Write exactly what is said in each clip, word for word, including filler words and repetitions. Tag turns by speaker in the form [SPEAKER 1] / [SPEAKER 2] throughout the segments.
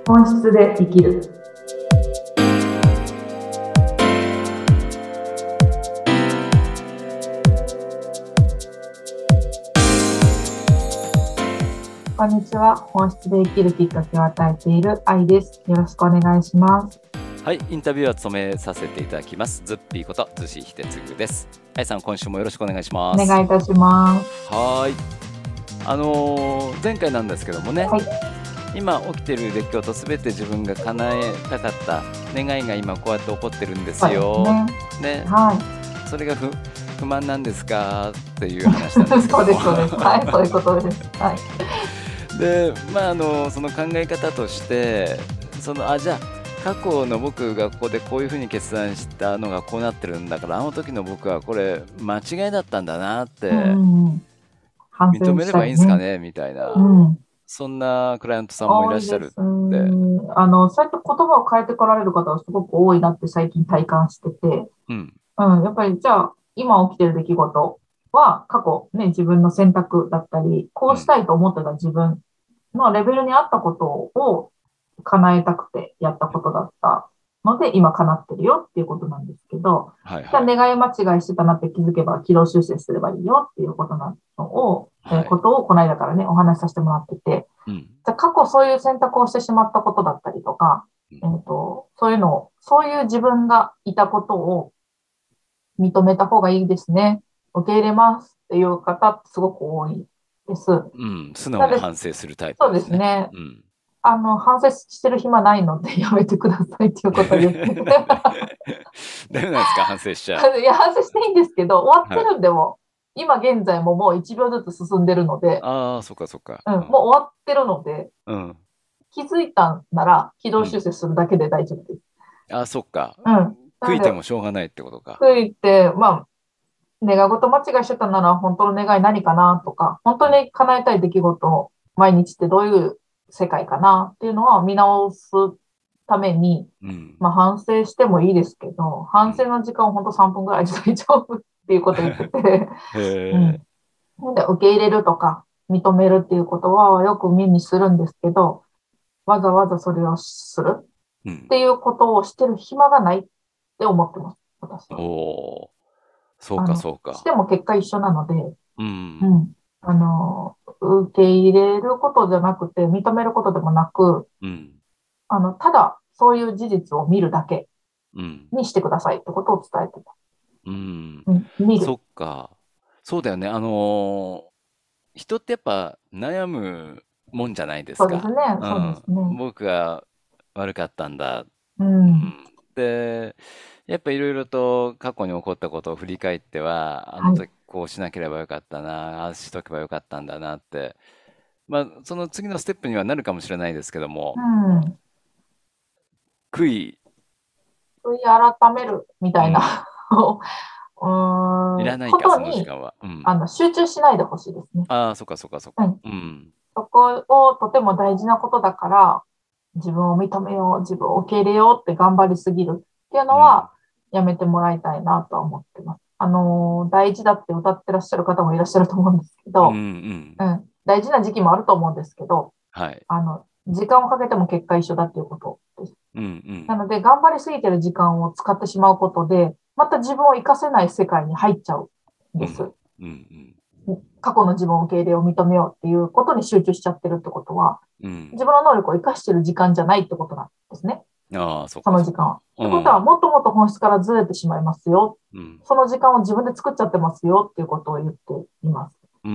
[SPEAKER 1] 本質で生きる。こんにちは。本質で生きるきっかけを与えている愛です。よろしくお願いします。
[SPEAKER 2] はい、インタビューを務めさせていただきますズッピーこと逗子秀次です。愛さん、今週もよろしくお願いしま
[SPEAKER 1] お
[SPEAKER 2] す。
[SPEAKER 1] 願いいたします。
[SPEAKER 2] はーい。あのー前回なんですけどもね、
[SPEAKER 1] はい。
[SPEAKER 2] 今起きている出来事すべて自分が叶えたかった願いが今こうやって起こってるんです
[SPEAKER 1] そう
[SPEAKER 2] よ。
[SPEAKER 1] ですね。
[SPEAKER 2] ね、
[SPEAKER 1] は
[SPEAKER 2] それが不不満なんですかっていう話なんです
[SPEAKER 1] い。
[SPEAKER 2] けども
[SPEAKER 1] そうです、そうです。はい、そういうことです。はい。
[SPEAKER 2] で、まああのその考え方として、そのあじゃあ過去の僕がここでこういうふうに決断したのがこうなってるんだから、あの時の僕はこれ間違いだったんだなっ
[SPEAKER 1] う
[SPEAKER 2] て
[SPEAKER 1] んうんうん。反省
[SPEAKER 2] 認めればいいんですか
[SPEAKER 1] したりね。
[SPEAKER 2] ねみたいな、
[SPEAKER 1] うん。
[SPEAKER 2] そんなクライアントさんもいらっしゃる
[SPEAKER 1] 多いです。う
[SPEAKER 2] って。
[SPEAKER 1] ん。あの、そうやって言葉を変えてこられる方はすごく多いなって最近体感してて、
[SPEAKER 2] うん、
[SPEAKER 1] うん。やっぱりじゃあ、今起きてる出来事は過去ね、自分の選択だったり、こ
[SPEAKER 2] うん、
[SPEAKER 1] うしたいと思ってた自分のレベルに合ったことを叶えたくてやったことだったので、今叶ってるよっていうことなんですけど、じゃあ
[SPEAKER 2] はいはい
[SPEAKER 1] 願い間違いしてたなって気づけば軌道修正すればいいよっていうことなのを、えー
[SPEAKER 2] はい、
[SPEAKER 1] ことをこの間からね、お話しさせてもらってて、
[SPEAKER 2] うん、
[SPEAKER 1] じゃあ過去そういう選択をしてしまったことだったりとか、
[SPEAKER 2] うん、
[SPEAKER 1] えっと、そういうのを、そういう自分がいたことを認めた方がいいですね。受け入れますっていう方ってすごく多いです。
[SPEAKER 2] うん、素直に
[SPEAKER 1] なので、
[SPEAKER 2] 反省するタイプ
[SPEAKER 1] そうで
[SPEAKER 2] ですね。
[SPEAKER 1] すね。
[SPEAKER 2] うん。
[SPEAKER 1] あの、反省してる暇ないのでやめてくださいっていうことを言って。
[SPEAKER 2] ダメなんですか、反省しちゃ
[SPEAKER 1] いや、反省していいんですけど、終わ
[SPEAKER 2] う。
[SPEAKER 1] って
[SPEAKER 2] はい。
[SPEAKER 1] るんでも、今現在ももういちびょうずつ進んでるので、
[SPEAKER 2] ああ、そっかそっか。
[SPEAKER 1] うん、もう
[SPEAKER 2] うん、
[SPEAKER 1] 終わってるので、
[SPEAKER 2] うん、
[SPEAKER 1] 気づいたんなら軌道修
[SPEAKER 2] うん。
[SPEAKER 1] 正するだけで大丈夫です。
[SPEAKER 2] ああ、そっか。
[SPEAKER 1] うん。な
[SPEAKER 2] 悔いて
[SPEAKER 1] ので、
[SPEAKER 2] もしょうがないってことか。
[SPEAKER 1] ついて、まあ、願い事間違いしてたなら本当の願い何かなとか、本当
[SPEAKER 2] うん、
[SPEAKER 1] に叶えたい出来事を毎日ってどういう世界かなっていうのは見直すために、
[SPEAKER 2] うん、
[SPEAKER 1] まあ反省してもいいですけど、反省
[SPEAKER 2] うん。
[SPEAKER 1] の時間を本当さんぷんぐらいで大丈夫っていうことを言ってて、
[SPEAKER 2] へ
[SPEAKER 1] うん。
[SPEAKER 2] え。
[SPEAKER 1] で、受け入れるとか認めるっていうことはよく目にするんですけど、わざわざそれをする
[SPEAKER 2] うん。
[SPEAKER 1] っていうことをしてる暇がないって思ってます、私
[SPEAKER 2] お
[SPEAKER 1] は。
[SPEAKER 2] お、そうか
[SPEAKER 1] あの、
[SPEAKER 2] そうか。
[SPEAKER 1] しても結果一緒なので、
[SPEAKER 2] うん、
[SPEAKER 1] うん。あの、受け入れることじゃなくて、認めることでもなく、
[SPEAKER 2] うん、
[SPEAKER 1] あの、ただ、そういう事実を見るだけ
[SPEAKER 2] うん、
[SPEAKER 1] にしてくださいってことを伝えてた。
[SPEAKER 2] うん。
[SPEAKER 1] うん、見
[SPEAKER 2] そ
[SPEAKER 1] る。
[SPEAKER 2] っか。そうだよね。あのー人ってやっぱ悩むもんじゃないですか。
[SPEAKER 1] そうですね。そうで
[SPEAKER 2] うん。
[SPEAKER 1] すね。
[SPEAKER 2] 僕が悪かったんだ。
[SPEAKER 1] う
[SPEAKER 2] う
[SPEAKER 1] ん。
[SPEAKER 2] ん。で、やっぱいろいろと過去に起こったことを振り返っては、あの
[SPEAKER 1] はい。
[SPEAKER 2] 時こうしなければよかったな、ああしとけばよかったんだなって。まあ、その次のステップにはなるかもしれないですけども、
[SPEAKER 1] うん。
[SPEAKER 2] 悔い、
[SPEAKER 1] 悔い改めるみたいな
[SPEAKER 2] うん。
[SPEAKER 1] うーん、
[SPEAKER 2] いらないか、その時
[SPEAKER 1] ことに、
[SPEAKER 2] 間は。うん。
[SPEAKER 1] あの、集中しないでほしいですね。
[SPEAKER 2] ああ、そっかそっかそっか。
[SPEAKER 1] うん。
[SPEAKER 2] うん。
[SPEAKER 1] そこをとても大事なことだから、自分を認めよう、自分を受け入れようって頑張りすぎるっていうの
[SPEAKER 2] うん。
[SPEAKER 1] は、やめてもらいたいなとは思ってます。あのー大事だって歌ってらっしゃる方もいらっしゃると思うんですけ
[SPEAKER 2] うんう
[SPEAKER 1] ど、
[SPEAKER 2] ん。
[SPEAKER 1] うん、大事な時期もあると思うんですけど、
[SPEAKER 2] はい。
[SPEAKER 1] あの、時間をかけても結果一緒だっていうことです。
[SPEAKER 2] うんうん。
[SPEAKER 1] なので、頑張りすぎてる時間を使ってしまうことで、また自分を活かせない世界に入っちゃうん
[SPEAKER 2] うん。
[SPEAKER 1] です。
[SPEAKER 2] うん。
[SPEAKER 1] 過去の自分を受け入れを認めようっていうことに集中しちゃってるってことは、
[SPEAKER 2] うん。
[SPEAKER 1] 自分の能力を活かしてる時間じゃないってことなんですね。
[SPEAKER 2] ああ、そっ
[SPEAKER 1] そ
[SPEAKER 2] かそっか。
[SPEAKER 1] の時間は。ってことは、
[SPEAKER 2] うん。
[SPEAKER 1] もっともっと本質からずれてしまいますよ。
[SPEAKER 2] うん。
[SPEAKER 1] その時間を自分で作っちゃってますよっていうことを言っています。
[SPEAKER 2] うん。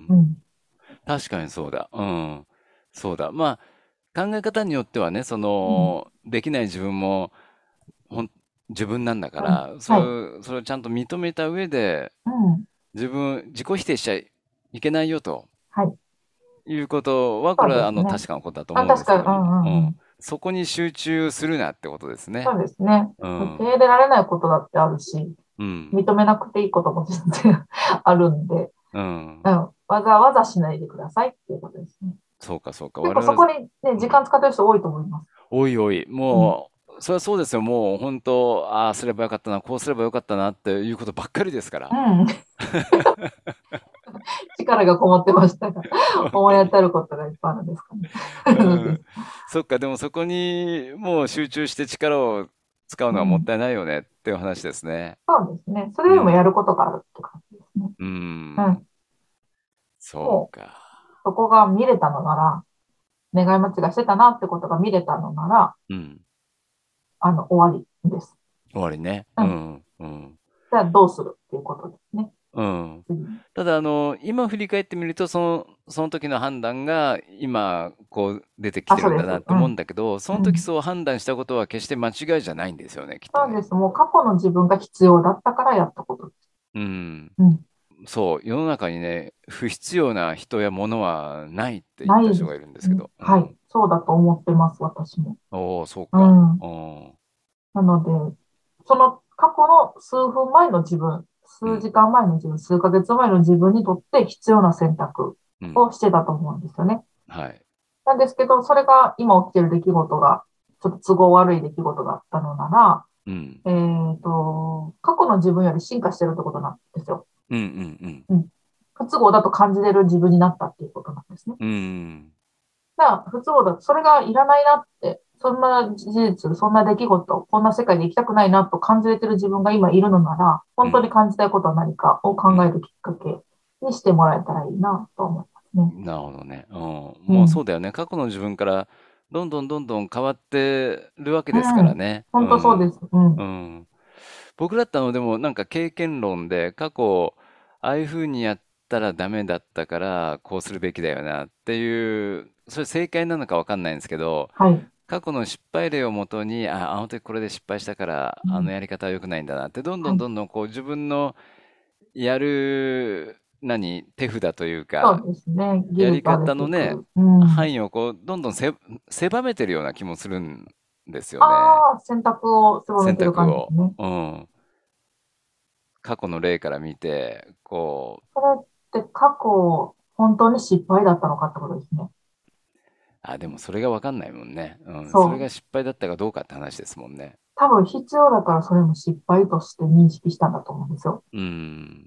[SPEAKER 1] うん。
[SPEAKER 2] 確かにそうだ。うん。そうだ。まあ、考え方によってはね、そ
[SPEAKER 1] うん。
[SPEAKER 2] の、できない自分も、ほん、自分なんだか
[SPEAKER 1] うん。
[SPEAKER 2] ら、そ
[SPEAKER 1] はい。
[SPEAKER 2] れを、それをちゃんと認めた上で、
[SPEAKER 1] うん。
[SPEAKER 2] 自分、自己否定しちゃいけないよと
[SPEAKER 1] はい。
[SPEAKER 2] いうことは、こ
[SPEAKER 1] そう
[SPEAKER 2] れは、あの、
[SPEAKER 1] ですね。
[SPEAKER 2] 確かなことだと
[SPEAKER 1] あ、
[SPEAKER 2] 思うんで
[SPEAKER 1] 確かに。う
[SPEAKER 2] すけども、うん。
[SPEAKER 1] んうんうん。
[SPEAKER 2] そこに集中するなってことですね。
[SPEAKER 1] そうですね。
[SPEAKER 2] う
[SPEAKER 1] 受け
[SPEAKER 2] ん。
[SPEAKER 1] 入れられないことだってあるし、
[SPEAKER 2] うん。
[SPEAKER 1] 認めなくていいことも全然あるんで、
[SPEAKER 2] うん。
[SPEAKER 1] うん。わざわざしないでくださいっていうことですね。
[SPEAKER 2] そうか、そうか。
[SPEAKER 1] 結構
[SPEAKER 2] 我々、
[SPEAKER 1] そこにね、時間
[SPEAKER 2] うん。
[SPEAKER 1] 使ってる人多いと思います。
[SPEAKER 2] おいおい、
[SPEAKER 1] うん。
[SPEAKER 2] もう、それはそうですよ。もう、本当、ああすればよかったな、こうすればよかったなっていうことばっかりですから。
[SPEAKER 1] うん。 力がこもってましたが、思い当たることがいっぱいあるんですかね。
[SPEAKER 2] う
[SPEAKER 1] そうです。
[SPEAKER 2] ん。そっか、でもそこにもう集中して力を使うのはもっ
[SPEAKER 1] うん。
[SPEAKER 2] たいないよねっていう話ですね。
[SPEAKER 1] そうですね。それでもや
[SPEAKER 2] うん。
[SPEAKER 1] ることがあるって感じですね。
[SPEAKER 2] う
[SPEAKER 1] うん。
[SPEAKER 2] ん。そ
[SPEAKER 1] もう、
[SPEAKER 2] うか。
[SPEAKER 1] そこが見れたのなら、願い待ちがしてたなってことが見れたのなら、
[SPEAKER 2] うん。
[SPEAKER 1] あの、終わりです。
[SPEAKER 2] 終わりね。
[SPEAKER 1] うん。
[SPEAKER 2] うん。うん。
[SPEAKER 1] じゃあどうするっていうことですね。
[SPEAKER 2] うん。
[SPEAKER 1] 次に。
[SPEAKER 2] ただ、あの、今振り返ってみると、その、その時の判断が今、こう出てき
[SPEAKER 1] あ、
[SPEAKER 2] てるん
[SPEAKER 1] そうです。
[SPEAKER 2] だなって思うん
[SPEAKER 1] うん。
[SPEAKER 2] だけど、その時
[SPEAKER 1] うん。
[SPEAKER 2] そう判断したことは決して間違いじゃないんですよね、きっとね。
[SPEAKER 1] そうです。もう過去の自分が必要だったからやったことです。
[SPEAKER 2] うん。
[SPEAKER 1] うん。
[SPEAKER 2] そう、世の中にね、不必要な人や物はないって言っ
[SPEAKER 1] ないです
[SPEAKER 2] た人がいるんですけ
[SPEAKER 1] ね。
[SPEAKER 2] ど。う
[SPEAKER 1] はい。
[SPEAKER 2] ん。
[SPEAKER 1] そうだと思ってます、私も。
[SPEAKER 2] おお、そう
[SPEAKER 1] う
[SPEAKER 2] か。
[SPEAKER 1] ん。
[SPEAKER 2] うん。
[SPEAKER 1] なので、その過去の数分前の自分、数時
[SPEAKER 2] うん。
[SPEAKER 1] 間前の自分、数ヶ月前の自分にとって必要な選択
[SPEAKER 2] うん。
[SPEAKER 1] をしてたと思うんですよね。
[SPEAKER 2] はい。
[SPEAKER 1] なんですけど、それが今起きている出来事が、ちょっと都合悪い出来事だったのなら、
[SPEAKER 2] うん。
[SPEAKER 1] えっと、過去の自分より進化してるってことなんですよ。
[SPEAKER 2] うんうん
[SPEAKER 1] うん。不都合だと感じれる自分になったっていうことなんですね。
[SPEAKER 2] うん。うん。
[SPEAKER 1] だから不都合だと、それがいらないなって、そんな事実、そんな出来事、こんな世界で生きたくないなと感じれてる自分が今いるのなら、本当に
[SPEAKER 2] うん。
[SPEAKER 1] 感じたいことは何かを
[SPEAKER 2] うん。
[SPEAKER 1] 考えるきっかけにしてもらえたらいいなと思いますね。
[SPEAKER 2] なるほどね。うん。もうそ
[SPEAKER 1] うん。
[SPEAKER 2] うだよね。過去の自分からどんどんどんどん変わってるわけですから
[SPEAKER 1] うん。
[SPEAKER 2] ね。う
[SPEAKER 1] 本当そうで
[SPEAKER 2] ん。
[SPEAKER 1] す。うん。
[SPEAKER 2] うん。僕だったのでもなんか経験論で過去ああいうふうにやったらダメだったからこうするべきだよなっていう、それ正解なのかわかんないんですけど、
[SPEAKER 1] はい。
[SPEAKER 2] 過去の失敗例をもとに、あ、あの時これで失敗したから
[SPEAKER 1] うん。
[SPEAKER 2] あのやり方は良くないんだなってどんど
[SPEAKER 1] はい。
[SPEAKER 2] んどんどんこう自分のやる何手札というか
[SPEAKER 1] そうですね。ギ
[SPEAKER 2] やり
[SPEAKER 1] ルト上
[SPEAKER 2] 方のね、
[SPEAKER 1] げていく。うん。
[SPEAKER 2] 範囲をこう、どんどんせ、狭めてるような気もするんですよね。
[SPEAKER 1] ああ、選択を狭め
[SPEAKER 2] 選
[SPEAKER 1] てる
[SPEAKER 2] 択を。
[SPEAKER 1] 感じですね。
[SPEAKER 2] うん。過去の例から見て、こう、
[SPEAKER 1] それって過去、本当に失敗だったのかってことですね。
[SPEAKER 2] あ、でもそれがわかんないもんね。うん。それ
[SPEAKER 1] そう。
[SPEAKER 2] が失敗だったかどうかって話ですもんね。
[SPEAKER 1] 多分必要だからそれも失敗として認識したんだと思うんですよ。
[SPEAKER 2] うん。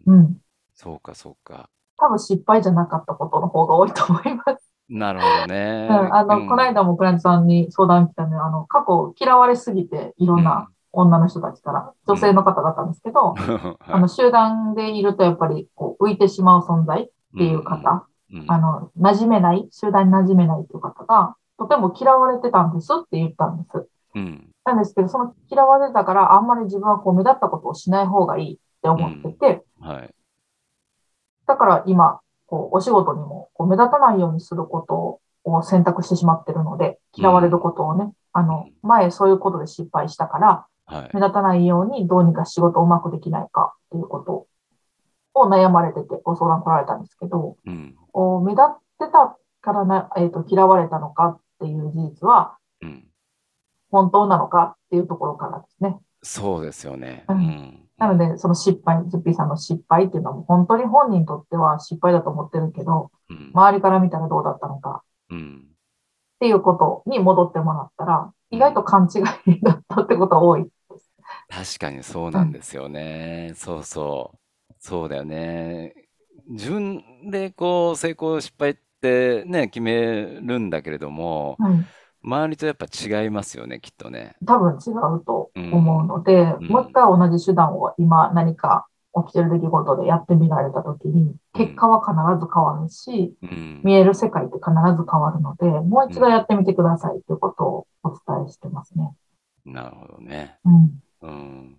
[SPEAKER 1] うん。
[SPEAKER 2] そうか、そうか。
[SPEAKER 1] 多分失敗じゃなかったことの方が多いと思います。
[SPEAKER 2] なるほど
[SPEAKER 1] うん。
[SPEAKER 2] ね。
[SPEAKER 1] あの、この
[SPEAKER 2] うん。
[SPEAKER 1] 間もクライアントさんに相談来たね、あの、過去嫌われすぎて、いろんな
[SPEAKER 2] うん。
[SPEAKER 1] 女の人たちから、女性の
[SPEAKER 2] うん。
[SPEAKER 1] 方だったんですけど、あの、
[SPEAKER 2] はい。
[SPEAKER 1] 集団でいるとやっぱり、こう、浮いてしまう存在っ
[SPEAKER 2] うん。
[SPEAKER 1] ていう方、
[SPEAKER 2] うん。うん。
[SPEAKER 1] あの、馴染めない、集団に馴染めないっていう方が、とても嫌われてたんですって言ったんです。
[SPEAKER 2] うん。
[SPEAKER 1] なんですけど、その嫌われてたから、あんまり自分はこう目立ったことをしない方がいいって思って
[SPEAKER 2] うん。
[SPEAKER 1] て、
[SPEAKER 2] はい。
[SPEAKER 1] だから今、こう、お仕事にもこう目立たないようにすることを選択してしまってるので、嫌われる
[SPEAKER 2] うん。
[SPEAKER 1] ことをね、あの、
[SPEAKER 2] うん。
[SPEAKER 1] 前そういうことで失敗したから、
[SPEAKER 2] はい。
[SPEAKER 1] 目立たないようにどうにか仕事をうまくできないかっていうことを悩まれててご相談来られたんですけど、
[SPEAKER 2] うん。
[SPEAKER 1] お目立ってたからな、えっと、嫌われたのかっていう事実は
[SPEAKER 2] うん。
[SPEAKER 1] 本当なのかっていうところからですね。
[SPEAKER 2] そうですよね。
[SPEAKER 1] うん。
[SPEAKER 2] うん。うん。
[SPEAKER 1] なので、その失敗、ズッピーさんの失敗っていうのはもう本当に本人にとっては失敗だと思ってるけど、
[SPEAKER 2] うん。
[SPEAKER 1] 周りから見たらどうだったのか
[SPEAKER 2] うん。
[SPEAKER 1] っていうことに戻ってもらったら、意外と
[SPEAKER 2] うん。
[SPEAKER 1] 勘違いだったってことが多いです。
[SPEAKER 2] 確かにそう
[SPEAKER 1] うん。
[SPEAKER 2] なんですよね。そうそう。そうだよね。自分でこう成功失敗ってね、決めるんだけれども、
[SPEAKER 1] はい。
[SPEAKER 2] 周りとやっぱ違いますよね、きっとね。
[SPEAKER 1] 多分違うと
[SPEAKER 2] う
[SPEAKER 1] 思う
[SPEAKER 2] ん。
[SPEAKER 1] ので、もう一
[SPEAKER 2] うん。
[SPEAKER 1] 回同じ手段を今何か起きてる出来事でやってみられたときに、結果
[SPEAKER 2] うん。
[SPEAKER 1] は必ず変わるし、
[SPEAKER 2] うん。
[SPEAKER 1] 見える世界って必ず変わるので、もう一度や
[SPEAKER 2] うん。
[SPEAKER 1] ってみてくださいということをお伝えしてますね。
[SPEAKER 2] なるほどね。
[SPEAKER 1] うん。
[SPEAKER 2] うん。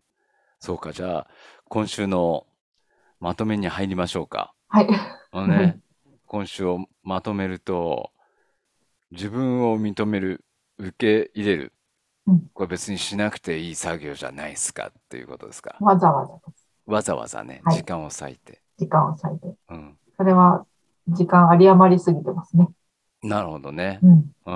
[SPEAKER 2] そうか、じゃあ、今週のまとめに入りましょうか。
[SPEAKER 1] はい。
[SPEAKER 2] あのね、今週をまとめると、自分を認める、受け入れる。
[SPEAKER 1] うん。
[SPEAKER 2] これ別にしなくていい作業じゃないですかっていうことですか。
[SPEAKER 1] わざわざです。
[SPEAKER 2] わざわざね、
[SPEAKER 1] はい。
[SPEAKER 2] 時間を割いて。
[SPEAKER 1] 時間を割いて。
[SPEAKER 2] うん。
[SPEAKER 1] それは時間有り余りすぎてますね。
[SPEAKER 2] なるほどね。
[SPEAKER 1] うん。
[SPEAKER 2] うん。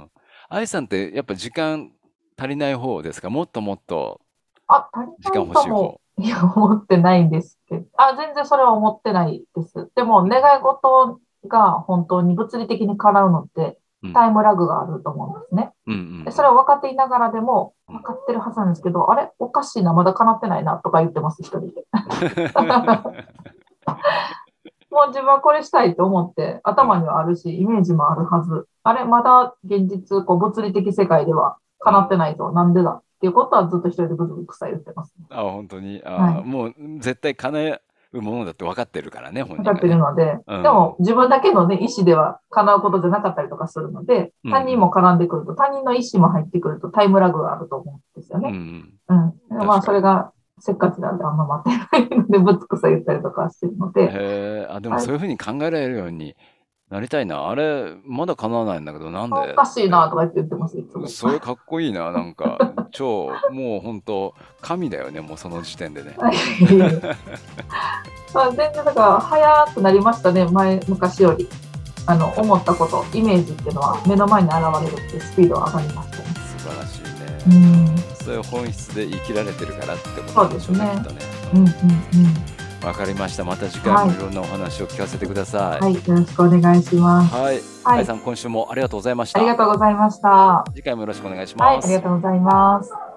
[SPEAKER 2] 愛さんってやっぱ時間足りない方ですか？もっともっと
[SPEAKER 1] あ、足りない
[SPEAKER 2] 時間欲
[SPEAKER 1] とも、
[SPEAKER 2] しい方。
[SPEAKER 1] いや、思ってないんですけど、あ、全然それは思ってないです。でも、
[SPEAKER 2] うん。
[SPEAKER 1] 願い事が本当に物理的に叶うのって、
[SPEAKER 2] うん。
[SPEAKER 1] タイムラグがあると思うんですね。
[SPEAKER 2] うん。う
[SPEAKER 1] でそれを
[SPEAKER 2] ん。
[SPEAKER 1] 分かっていながらでも、
[SPEAKER 2] うん。うん。
[SPEAKER 1] 分かってるはずなんですけど、あれおかしいな、まだ叶ってないな、とか言ってます、一人で。 もう自分はこれしたいと思って頭にはあるし、イメージもあるはず。あれ、まだ現実、こう物理的世界では叶ってないぞ。なんでだっていうことはずっと一人でブツブツ言ってますね。
[SPEAKER 2] あ、本当に。あ、
[SPEAKER 1] はい。
[SPEAKER 2] もう絶対叶うものだって分かってるからね、本
[SPEAKER 1] 分かってる
[SPEAKER 2] 人がね。
[SPEAKER 1] ので、
[SPEAKER 2] うん。
[SPEAKER 1] でも自分だけのね、意思では叶うことじゃなかったりとかするので、
[SPEAKER 2] うんう
[SPEAKER 1] 他人も
[SPEAKER 2] ん。
[SPEAKER 1] 絡んでくると、他人の意思も入ってくるとタイムラグがあると思うんですよ
[SPEAKER 2] うんう
[SPEAKER 1] ね。
[SPEAKER 2] ん。
[SPEAKER 1] うん。まあ、
[SPEAKER 2] 確かに。
[SPEAKER 1] それがせっかちなんであんま待ってないので、ぶつくさ言ったりとかしてるので、
[SPEAKER 2] へえ、あ、でも
[SPEAKER 1] あれ、
[SPEAKER 2] そういうふうに考えられるようになりたいな。あれ、まだ叶わないんだけど、なんで
[SPEAKER 1] おかしい
[SPEAKER 2] って。
[SPEAKER 1] なとか言って言ってます、いつも。
[SPEAKER 2] それかっこいいな。なんか、超、もう本当神だよね、もうその時点でね。
[SPEAKER 1] はい。まあ、全然だから早くなりましたね、前、昔より。あの、
[SPEAKER 2] た
[SPEAKER 1] 思ったこと、イメージっていうのは目の前に現れるっていうスピードは上がりましたね。
[SPEAKER 2] 素晴らしい
[SPEAKER 1] う
[SPEAKER 2] ね。
[SPEAKER 1] ん、
[SPEAKER 2] そういう本質で生きられてるからってこと
[SPEAKER 1] そう
[SPEAKER 2] なんでしょうね、きっ
[SPEAKER 1] ですね。
[SPEAKER 2] とね。
[SPEAKER 1] うんうんうん。
[SPEAKER 2] うん。わかりました。また次回
[SPEAKER 1] はい。
[SPEAKER 2] もいろんなお話を聞かせてください。
[SPEAKER 1] はい。よろしくお願いします。
[SPEAKER 2] はい。
[SPEAKER 1] はい。
[SPEAKER 2] あいさん、今週もありがとうございました。
[SPEAKER 1] ありがとうございました。
[SPEAKER 2] 次回もよろしくお願いし
[SPEAKER 1] はい。ありが
[SPEAKER 2] ます。
[SPEAKER 1] とうございます。